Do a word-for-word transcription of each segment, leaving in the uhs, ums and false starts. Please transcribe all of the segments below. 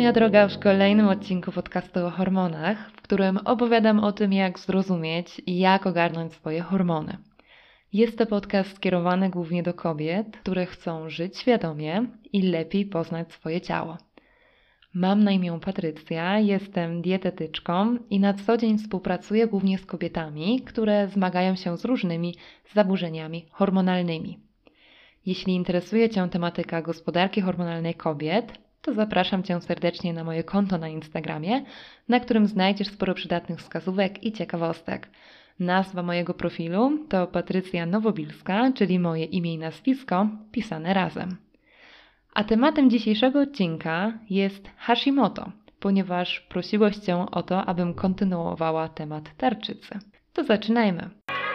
moja droga, w kolejnym odcinku podcastu o hormonach, w którym opowiadam o tym, jak zrozumieć i jak ogarnąć swoje hormony. Jest to podcast skierowany głównie do kobiet, które chcą żyć świadomie i lepiej poznać swoje ciało. Mam na imię Patrycja, jestem dietetyczką i na co dzień współpracuję głównie z kobietami, które zmagają się z różnymi zaburzeniami hormonalnymi. Jeśli interesuje Cię tematyka gospodarki hormonalnej kobiet, to zapraszam Cię serdecznie na moje konto na Instagramie, na którym znajdziesz sporo przydatnych wskazówek i ciekawostek. Nazwa mojego profilu to Patrycja Nowobilska, czyli moje imię i nazwisko pisane razem. A tematem dzisiejszego odcinka jest Hashimoto, ponieważ prosiłeś Cię o to, abym kontynuowała temat tarczycy. To zaczynajmy.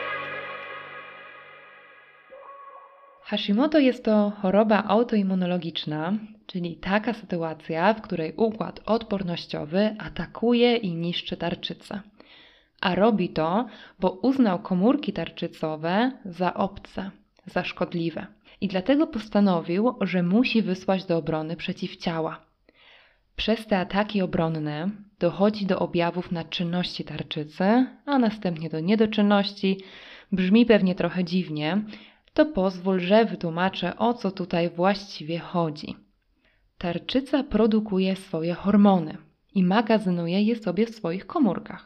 Hashimoto jest to choroba autoimmunologiczna, czyli taka sytuacja, w której układ odpornościowy atakuje i niszczy tarczycę. A robi to, bo uznał komórki tarczycowe za obce, za szkodliwe. I dlatego postanowił, że musi wysłać do obrony przeciwciała. Przez te ataki obronne dochodzi do objawów nadczynności tarczycy, a następnie do niedoczynności. Brzmi pewnie trochę dziwnie, to pozwól, że wytłumaczę, o co tutaj właściwie chodzi. Tarczyca produkuje swoje hormony i magazynuje je sobie w swoich komórkach.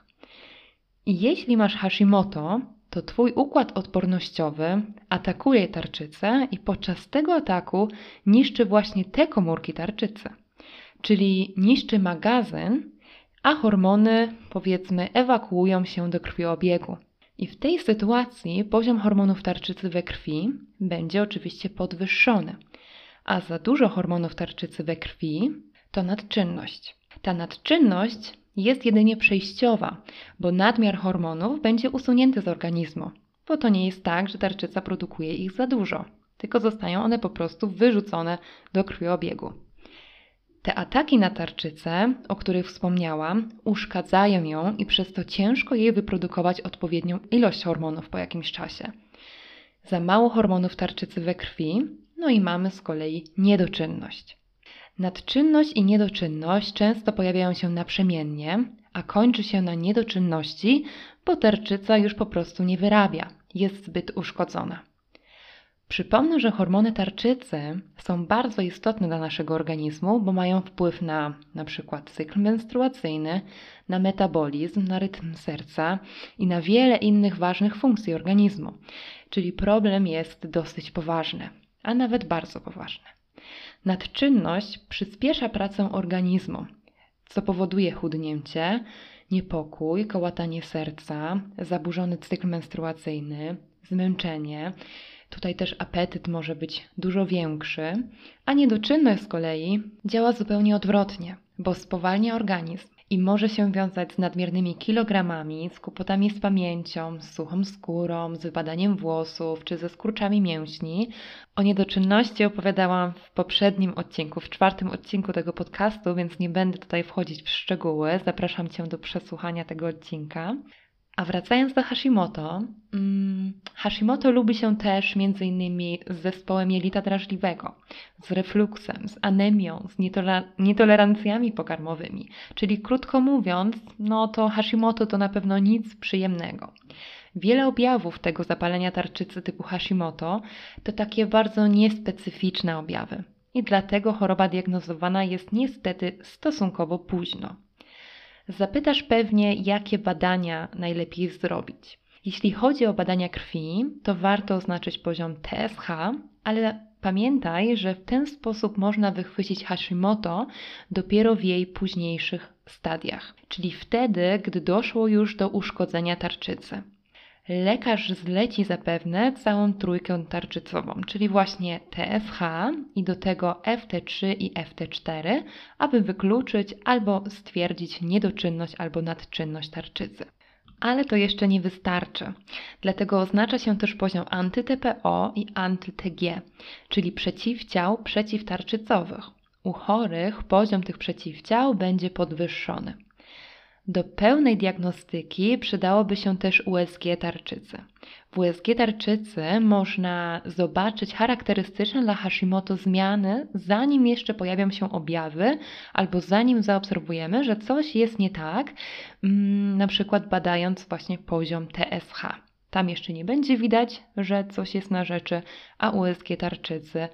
I jeśli masz Hashimoto, to Twój układ odpornościowy atakuje tarczycę i podczas tego ataku niszczy właśnie te komórki tarczycy, czyli niszczy magazyn, a hormony, powiedzmy, ewakuują się do krwiobiegu. I w tej sytuacji poziom hormonów tarczycy we krwi będzie oczywiście podwyższony, a za dużo hormonów tarczycy we krwi to nadczynność. Ta nadczynność jest jedynie przejściowa, bo nadmiar hormonów będzie usunięty z organizmu, bo to nie jest tak, że tarczyca produkuje ich za dużo, tylko zostają one po prostu wyrzucone do krwiobiegu. Te ataki na tarczycę, o których wspomniałam, uszkadzają ją i przez to ciężko jej wyprodukować odpowiednią ilość hormonów po jakimś czasie. Za mało hormonów tarczycy we krwi, no i mamy z kolei niedoczynność. Nadczynność i niedoczynność często pojawiają się naprzemiennie, a kończy się na niedoczynności, bo tarczyca już po prostu nie wyrabia, jest zbyt uszkodzona. Przypomnę, że hormony tarczycy są bardzo istotne dla naszego organizmu, bo mają wpływ na na przykład cykl menstruacyjny, na metabolizm, na rytm serca i na wiele innych ważnych funkcji organizmu. Czyli problem jest dosyć poważny, a nawet bardzo poważny. Nadczynność przyspiesza pracę organizmu, co powoduje chudnięcie, niepokój, kołatanie serca, zaburzony cykl menstruacyjny, zmęczenie. Tutaj też apetyt może być dużo większy, a niedoczynność z kolei działa zupełnie odwrotnie, bo spowalnia organizm i może się wiązać z nadmiernymi kilogramami, z kłopotami z pamięcią, z suchą skórą, z wypadaniem włosów czy ze skurczami mięśni. O niedoczynności opowiadałam w poprzednim odcinku, w czwartym odcinku tego podcastu, więc nie będę tutaj wchodzić w szczegóły. Zapraszam Cię do przesłuchania tego odcinka. A wracając do Hashimoto, hmm, Hashimoto lubi się też m.in. z zespołem jelita drażliwego, z refluksem, z anemią, z nietoler- nietolerancjami pokarmowymi. Czyli krótko mówiąc, no to Hashimoto to na pewno nic przyjemnego. Wiele objawów tego zapalenia tarczycy typu Hashimoto to takie bardzo niespecyficzne objawy i dlatego choroba diagnozowana jest niestety stosunkowo późno. Zapytasz pewnie, jakie badania najlepiej zrobić. Jeśli chodzi o badania krwi, to warto oznaczyć poziom T S H, ale pamiętaj, że w ten sposób można wychwycić Hashimoto dopiero w jej późniejszych stadiach, czyli wtedy, gdy doszło już do uszkodzenia tarczycy. Lekarz zleci zapewne całą trójkę tarczycową, czyli właśnie T S H i do tego F T trzy i F T cztery, aby wykluczyć albo stwierdzić niedoczynność albo nadczynność tarczycy. Ale to jeszcze nie wystarczy, dlatego oznacza się też poziom anty-T P O i anty-T G, czyli przeciwciał przeciwtarczycowych. U chorych poziom tych przeciwciał będzie podwyższony. Do pełnej diagnostyki przydałoby się też U S G tarczycy. W U S G tarczycy można zobaczyć charakterystyczne dla Hashimoto zmiany, zanim jeszcze pojawią się objawy, albo zanim zaobserwujemy, że coś jest nie tak, na przykład badając właśnie poziom T S H. Tam jeszcze nie będzie widać, że coś jest na rzeczy, a U S G tarczycy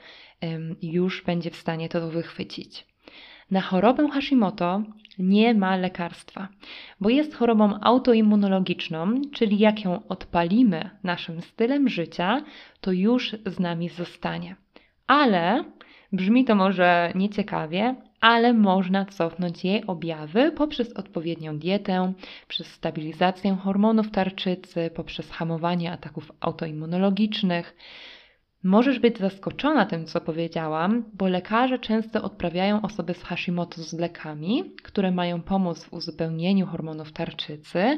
już będzie w stanie to wychwycić. Na chorobę Hashimoto nie ma lekarstwa, bo jest chorobą autoimmunologiczną, czyli jak ją odpalimy naszym stylem życia, to już z nami zostanie. Ale, brzmi to może nieciekawie, ale można cofnąć jej objawy poprzez odpowiednią dietę, przez stabilizację hormonów tarczycy, poprzez hamowanie ataków autoimmunologicznych. Możesz być zaskoczona tym, co powiedziałam, bo lekarze często odprawiają osoby z Hashimoto z lekami, które mają pomóc w uzupełnieniu hormonów tarczycy.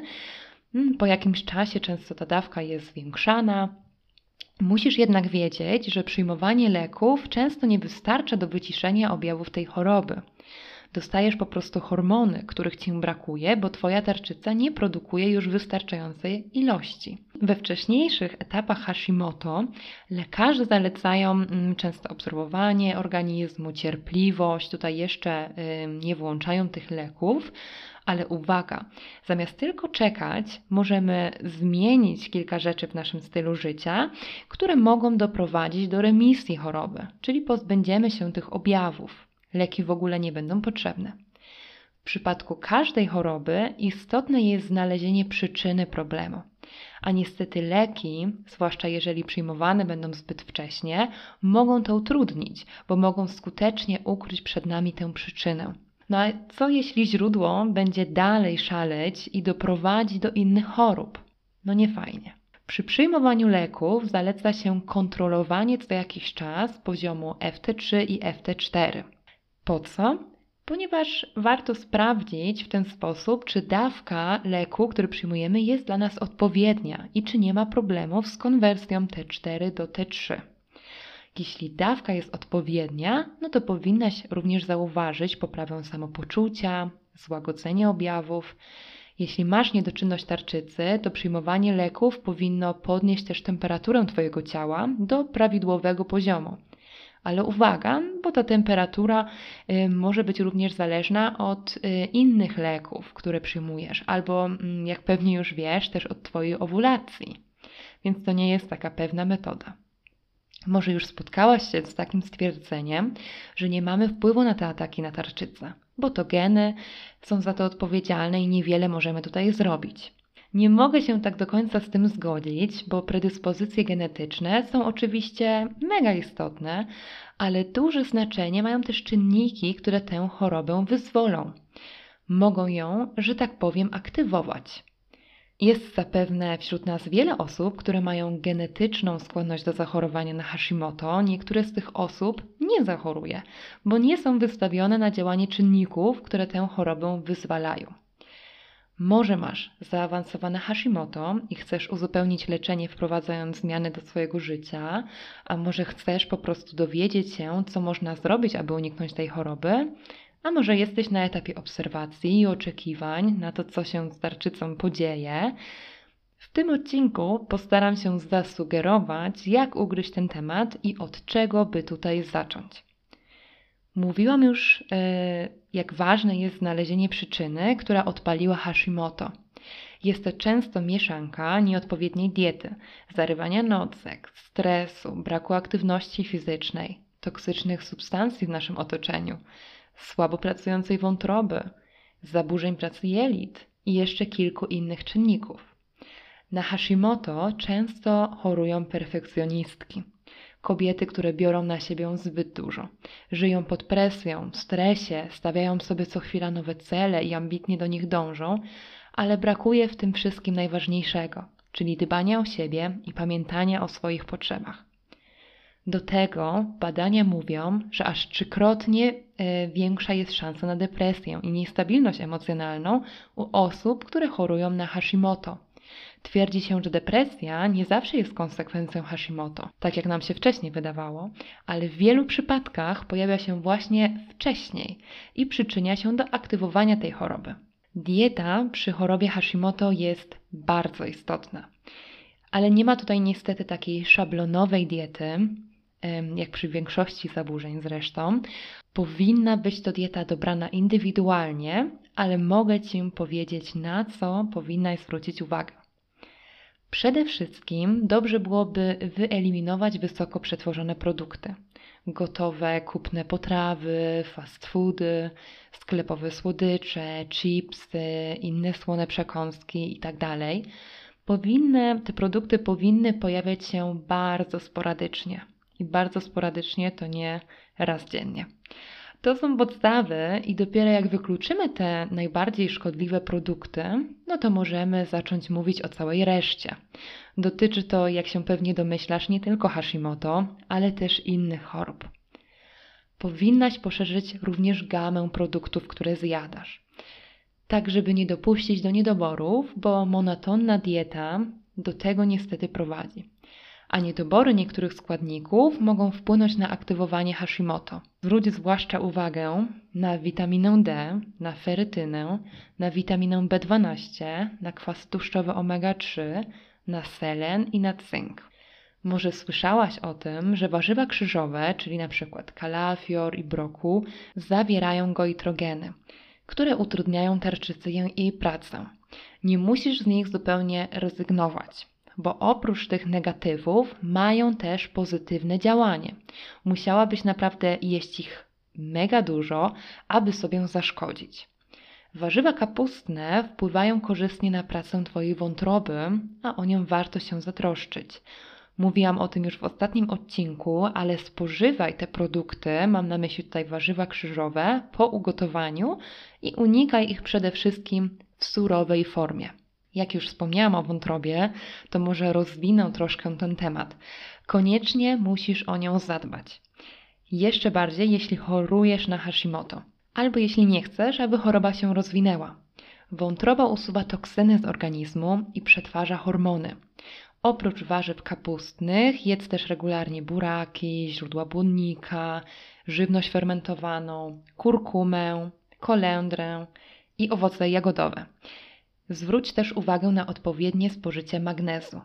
Po jakimś czasie często ta dawka jest zwiększana. Musisz jednak wiedzieć, że przyjmowanie leków często nie wystarcza do wyciszenia objawów tej choroby. Dostajesz po prostu hormony, których Ci brakuje, bo Twoja tarczyca nie produkuje już wystarczającej ilości. We wcześniejszych etapach Hashimoto lekarze zalecają często obserwowanie organizmu, cierpliwość, tutaj jeszcze nie włączają tych leków, ale uwaga, zamiast tylko czekać, możemy zmienić kilka rzeczy w naszym stylu życia, które mogą doprowadzić do remisji choroby, czyli pozbędziemy się tych objawów. Leki w ogóle nie będą potrzebne. W przypadku każdej choroby istotne jest znalezienie przyczyny problemu. A niestety leki, zwłaszcza jeżeli przyjmowane będą zbyt wcześnie, mogą to utrudnić, bo mogą skutecznie ukryć przed nami tę przyczynę. No a co jeśli źródło będzie dalej szaleć i doprowadzi do innych chorób? No nie fajnie. Przy przyjmowaniu leków zaleca się kontrolowanie co jakiś czas poziomu F T trzy i F T cztery. Po co? Ponieważ warto sprawdzić w ten sposób, czy dawka leku, który przyjmujemy, jest dla nas odpowiednia i czy nie ma problemów z konwersją T cztery do T trzy. Jeśli dawka jest odpowiednia, no to powinnaś również zauważyć poprawę samopoczucia, złagodzenie objawów. Jeśli masz niedoczynność tarczycy, to przyjmowanie leków powinno podnieść też temperaturę Twojego ciała do prawidłowego poziomu. Ale uwaga, bo ta temperatura y, może być również zależna od y, innych leków, które przyjmujesz, albo y, jak pewnie już wiesz, też od Twojej owulacji. Więc to nie jest taka pewna metoda. Może już spotkałaś się z takim stwierdzeniem, że nie mamy wpływu na te ataki na tarczycę, bo to geny są za to odpowiedzialne i niewiele możemy tutaj zrobić. Nie mogę się tak do końca z tym zgodzić, bo predyspozycje genetyczne są oczywiście mega istotne, ale duże znaczenie mają też czynniki, które tę chorobę wyzwolą. Mogą ją, że tak powiem, aktywować. Jest zapewne wśród nas wiele osób, które mają genetyczną skłonność do zachorowania na Hashimoto. Niektóre z tych osób nie zachoruje, bo nie są wystawione na działanie czynników, które tę chorobę wyzwalają. Może masz zaawansowane Hashimoto i chcesz uzupełnić leczenie, wprowadzając zmiany do swojego życia, a może chcesz po prostu dowiedzieć się, co można zrobić, aby uniknąć tej choroby, a może jesteś na etapie obserwacji i oczekiwań na to, co się z tarczycą podzieje. W tym odcinku postaram się zasugerować, jak ugryźć ten temat i od czego by tutaj zacząć. Mówiłam już, jak ważne jest znalezienie przyczyny, która odpaliła Hashimoto. Jest to często mieszanka nieodpowiedniej diety, zarywania nocek, stresu, braku aktywności fizycznej, toksycznych substancji w naszym otoczeniu, słabo pracującej wątroby, zaburzeń pracy jelit i jeszcze kilku innych czynników. Na Hashimoto często chorują perfekcjonistki. Kobiety, które biorą na siebie zbyt dużo, żyją pod presją, w stresie, stawiają sobie co chwila nowe cele i ambitnie do nich dążą, ale brakuje w tym wszystkim najważniejszego, czyli dbania o siebie i pamiętania o swoich potrzebach. Do tego badania mówią, że aż trzykrotnie większa jest szansa na depresję i niestabilność emocjonalną u osób, które chorują na Hashimoto. Twierdzi się, że depresja nie zawsze jest konsekwencją Hashimoto, tak jak nam się wcześniej wydawało, ale w wielu przypadkach pojawia się właśnie wcześniej i przyczynia się do aktywowania tej choroby. Dieta przy chorobie Hashimoto jest bardzo istotna, ale nie ma tutaj niestety takiej szablonowej diety, jak przy większości zaburzeń zresztą. Powinna być to dieta dobrana indywidualnie, ale mogę Ci powiedzieć, na co powinnaś zwrócić uwagę. Przede wszystkim dobrze byłoby wyeliminować wysoko przetworzone produkty. Gotowe, kupne potrawy, fast foody, sklepowe słodycze, chipsy, inne słone przekąski itd. Powinny, te produkty powinny pojawiać się bardzo sporadycznie. I bardzo sporadycznie to nie raz dziennie. To są podstawy i dopiero jak wykluczymy te najbardziej szkodliwe produkty, no to możemy zacząć mówić o całej reszcie. Dotyczy to, jak się pewnie domyślasz, nie tylko Hashimoto, ale też innych chorób. Powinnaś poszerzyć również gamę produktów, które zjadasz. Tak, żeby nie dopuścić do niedoborów, bo monotonna dieta do tego niestety prowadzi. A niedobory niektórych składników mogą wpłynąć na aktywowanie Hashimoto. Zwróć zwłaszcza uwagę na witaminę D, na ferytynę, na witaminę B dwanaście, na kwas tłuszczowy omega trzy, na selen i na cynk. Może słyszałaś o tym, że warzywa krzyżowe, czyli na przykład kalafior i brokuł, zawierają goitrogeny, które utrudniają tarczycy jej pracę. Nie musisz z nich zupełnie rezygnować, bo oprócz tych negatywów mają też pozytywne działanie. Musiałabyś naprawdę jeść ich mega dużo, aby sobie zaszkodzić. Warzywa kapustne wpływają korzystnie na pracę Twojej wątroby, a o nią warto się zatroszczyć. Mówiłam o tym już w ostatnim odcinku, ale spożywaj te produkty, mam na myśli tutaj warzywa krzyżowe, po ugotowaniu i unikaj ich przede wszystkim w surowej formie. Jak już wspomniałam o wątrobie, to może rozwinę troszkę ten temat. Koniecznie musisz o nią zadbać. Jeszcze bardziej, jeśli chorujesz na Hashimoto, albo jeśli nie chcesz, aby choroba się rozwinęła. Wątroba usuwa toksyny z organizmu i przetwarza hormony. Oprócz warzyw kapustnych jedz też regularnie buraki, źródła błonnika, żywność fermentowaną, kurkumę, kolendrę i owoce jagodowe. Zwróć też uwagę na odpowiednie spożycie magnezu.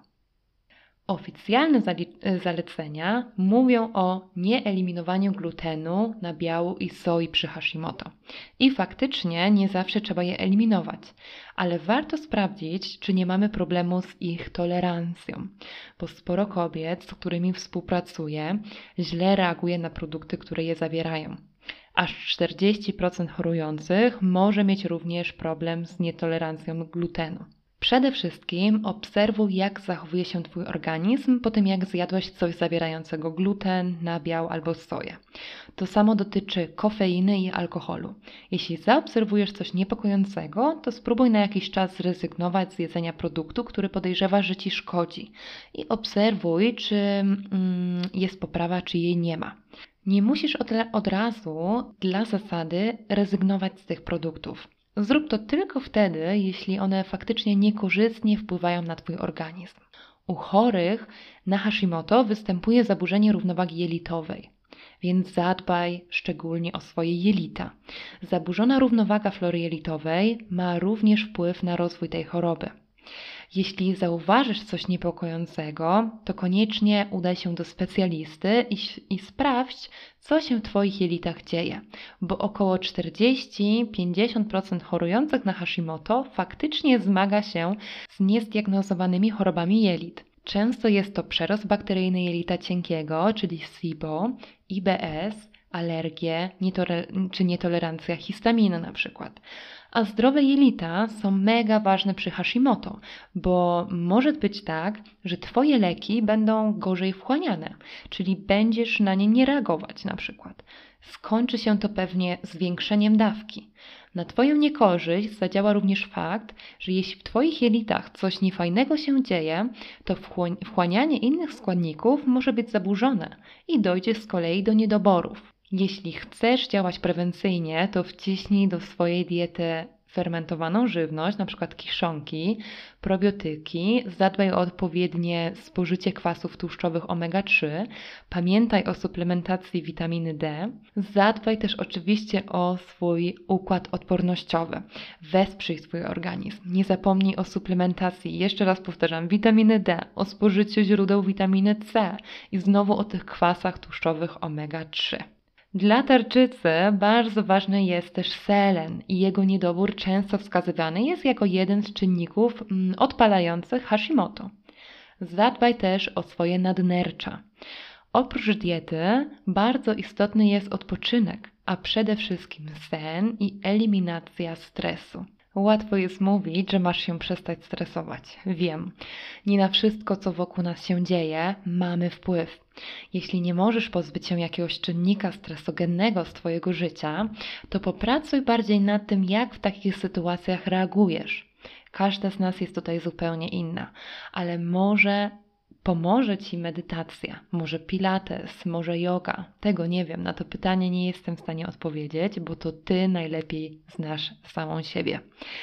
Oficjalne zalecenia mówią o nieeliminowaniu glutenu, nabiału i soi przy Hashimoto. I faktycznie nie zawsze trzeba je eliminować, ale warto sprawdzić, czy nie mamy problemu z ich tolerancją, bo sporo kobiet, z którymi współpracuję, źle reaguje na produkty, które je zawierają. Aż czterdzieści procent chorujących może mieć również problem z nietolerancją glutenu. Przede wszystkim obserwuj, jak zachowuje się Twój organizm po tym, jak zjadłeś coś zawierającego gluten, nabiał albo soję. To samo dotyczy kofeiny i alkoholu. Jeśli zaobserwujesz coś niepokojącego, to spróbuj na jakiś czas zrezygnować z jedzenia produktu, który podejrzewasz, że Ci szkodzi. I obserwuj, czy mm, jest poprawa, czy jej nie ma. Nie musisz od, od razu dla zasady rezygnować z tych produktów. Zrób to tylko wtedy, jeśli one faktycznie niekorzystnie wpływają na Twój organizm. U chorych na Hashimoto występuje zaburzenie równowagi jelitowej, więc zadbaj szczególnie o swoje jelita. Zaburzona równowaga flory jelitowej ma również wpływ na rozwój tej choroby. Jeśli zauważysz coś niepokojącego, to koniecznie udaj się do specjalisty i, i sprawdź, co się w Twoich jelitach dzieje, bo około czterdzieści do pięćdziesięciu procent chorujących na Hashimoto faktycznie zmaga się z niezdiagnozowanymi chorobami jelit. Często jest to przerost bakteryjny jelita cienkiego, czyli S I B O, I B S, alergie nietole- czy nietolerancja histaminy na przykład. A zdrowe jelita są mega ważne przy Hashimoto, bo może być tak, że Twoje leki będą gorzej wchłaniane, czyli będziesz na nie nie reagować na przykład. Skończy się to pewnie zwiększeniem dawki. Na Twoją niekorzyść zadziała również fakt, że jeśli w Twoich jelitach coś niefajnego się dzieje, to wchłanianie innych składników może być zaburzone i dojdzie z kolei do niedoborów. Jeśli chcesz działać prewencyjnie, to wciśnij do swojej diety fermentowaną żywność, np. kiszonki, probiotyki, zadbaj o odpowiednie spożycie kwasów tłuszczowych omega trzy, pamiętaj o suplementacji witaminy D, zadbaj też oczywiście o swój układ odpornościowy, wesprzyj swój organizm, nie zapomnij o suplementacji, jeszcze raz powtarzam, witaminy D, o spożyciu źródeł witaminy C i znowu o tych kwasach tłuszczowych omega trzy. Dla tarczycy bardzo ważny jest też selen i jego niedobór często wskazywany jest jako jeden z czynników odpalających Hashimoto. Zadbaj też o swoje nadnercza. Oprócz diety bardzo istotny jest odpoczynek, a przede wszystkim sen i eliminacja stresu. Łatwo jest mówić, że masz się przestać stresować. Wiem, nie na wszystko, co wokół nas się dzieje, mamy wpływ. Jeśli nie możesz pozbyć się jakiegoś czynnika stresogennego z Twojego życia, to popracuj bardziej nad tym, jak w takich sytuacjach reagujesz. Każda z nas jest tutaj zupełnie inna, ale może pomoże Ci medytacja, może pilates, może yoga. Tego nie wiem, na to pytanie nie jestem w stanie odpowiedzieć, bo to Ty najlepiej znasz samą siebie.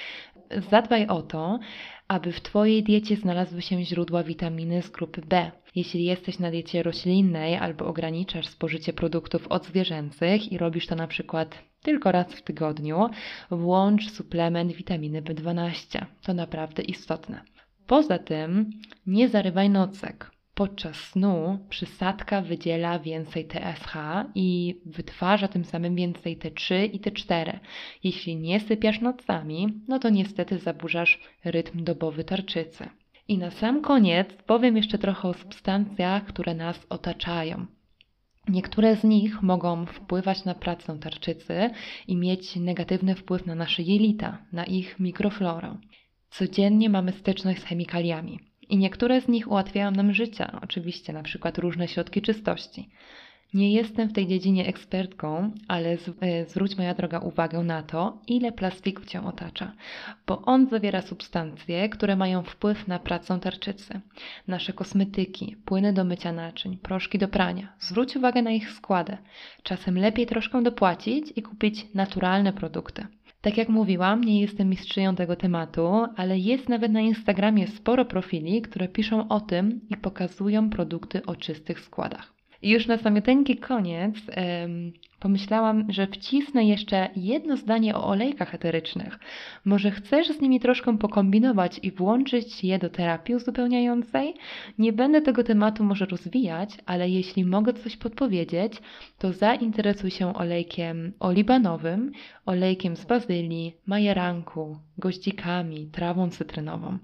Zadbaj o to, aby w Twojej diecie znalazły się źródła witaminy z grupy B. Jeśli jesteś na diecie roślinnej albo ograniczasz spożycie produktów odzwierzęcych i robisz to na przykład tylko raz w tygodniu, włącz suplement witaminy B dwanaście. To naprawdę istotne. Poza tym nie zarywaj nocek. Podczas snu przysadka wydziela więcej T S H i wytwarza tym samym więcej T trzy i T cztery. Jeśli nie sypiasz nocami, no to niestety zaburzasz rytm dobowy tarczycy. I na sam koniec powiem jeszcze trochę o substancjach, które nas otaczają. Niektóre z nich mogą wpływać na pracę tarczycy i mieć negatywny wpływ na nasze jelita, na ich mikroflorę. Codziennie mamy styczność z chemikaliami i niektóre z nich ułatwiają nam życie, oczywiście na przykład różne środki czystości. Nie jestem w tej dziedzinie ekspertką, ale z, y, zwróć moja droga uwagę na to, ile plastiku Cię otacza, bo on zawiera substancje, które mają wpływ na pracę tarczycy. Nasze kosmetyki, płyny do mycia naczyń, proszki do prania. Zwróć uwagę na ich składy. Czasem lepiej troszkę dopłacić i kupić naturalne produkty. Tak jak mówiłam, nie jestem mistrzynią tego tematu, ale jest nawet na Instagramie sporo profili, które piszą o tym i pokazują produkty o czystych składach. I już na samiuteńki koniec um, pomyślałam, że wcisnę jeszcze jedno zdanie o olejkach eterycznych. Może chcesz z nimi troszkę pokombinować i włączyć je do terapii uzupełniającej? Nie będę tego tematu może rozwijać, ale jeśli mogę coś podpowiedzieć, to zainteresuj się olejkiem olibanowym, olejkiem z bazylii, majeranku, goździkami, trawą cytrynową.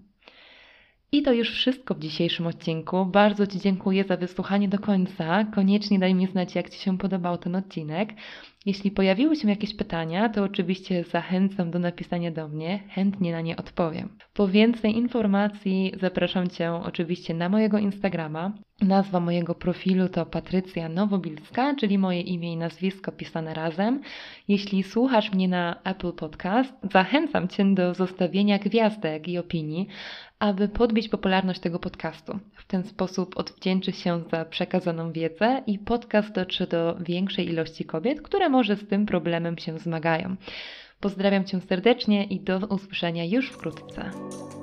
I to już wszystko w dzisiejszym odcinku. Bardzo Ci dziękuję za wysłuchanie do końca. Koniecznie daj mi znać, jak Ci się podobał ten odcinek. Jeśli pojawiły się jakieś pytania, to oczywiście zachęcam do napisania do mnie. Chętnie na nie odpowiem. Po więcej informacji zapraszam Cię oczywiście na mojego Instagrama. Nazwa mojego profilu to Patrycja Nowobilska, czyli moje imię i nazwisko pisane razem. Jeśli słuchasz mnie na Apple Podcast, zachęcam Cię do zostawienia gwiazdek i opinii, aby podbić popularność tego podcastu. W ten sposób odwdzięczy się za przekazaną wiedzę i podcast dotrze do większej ilości kobiet, które może z tym problemem się zmagają. Pozdrawiam Cię serdecznie i do usłyszenia już wkrótce.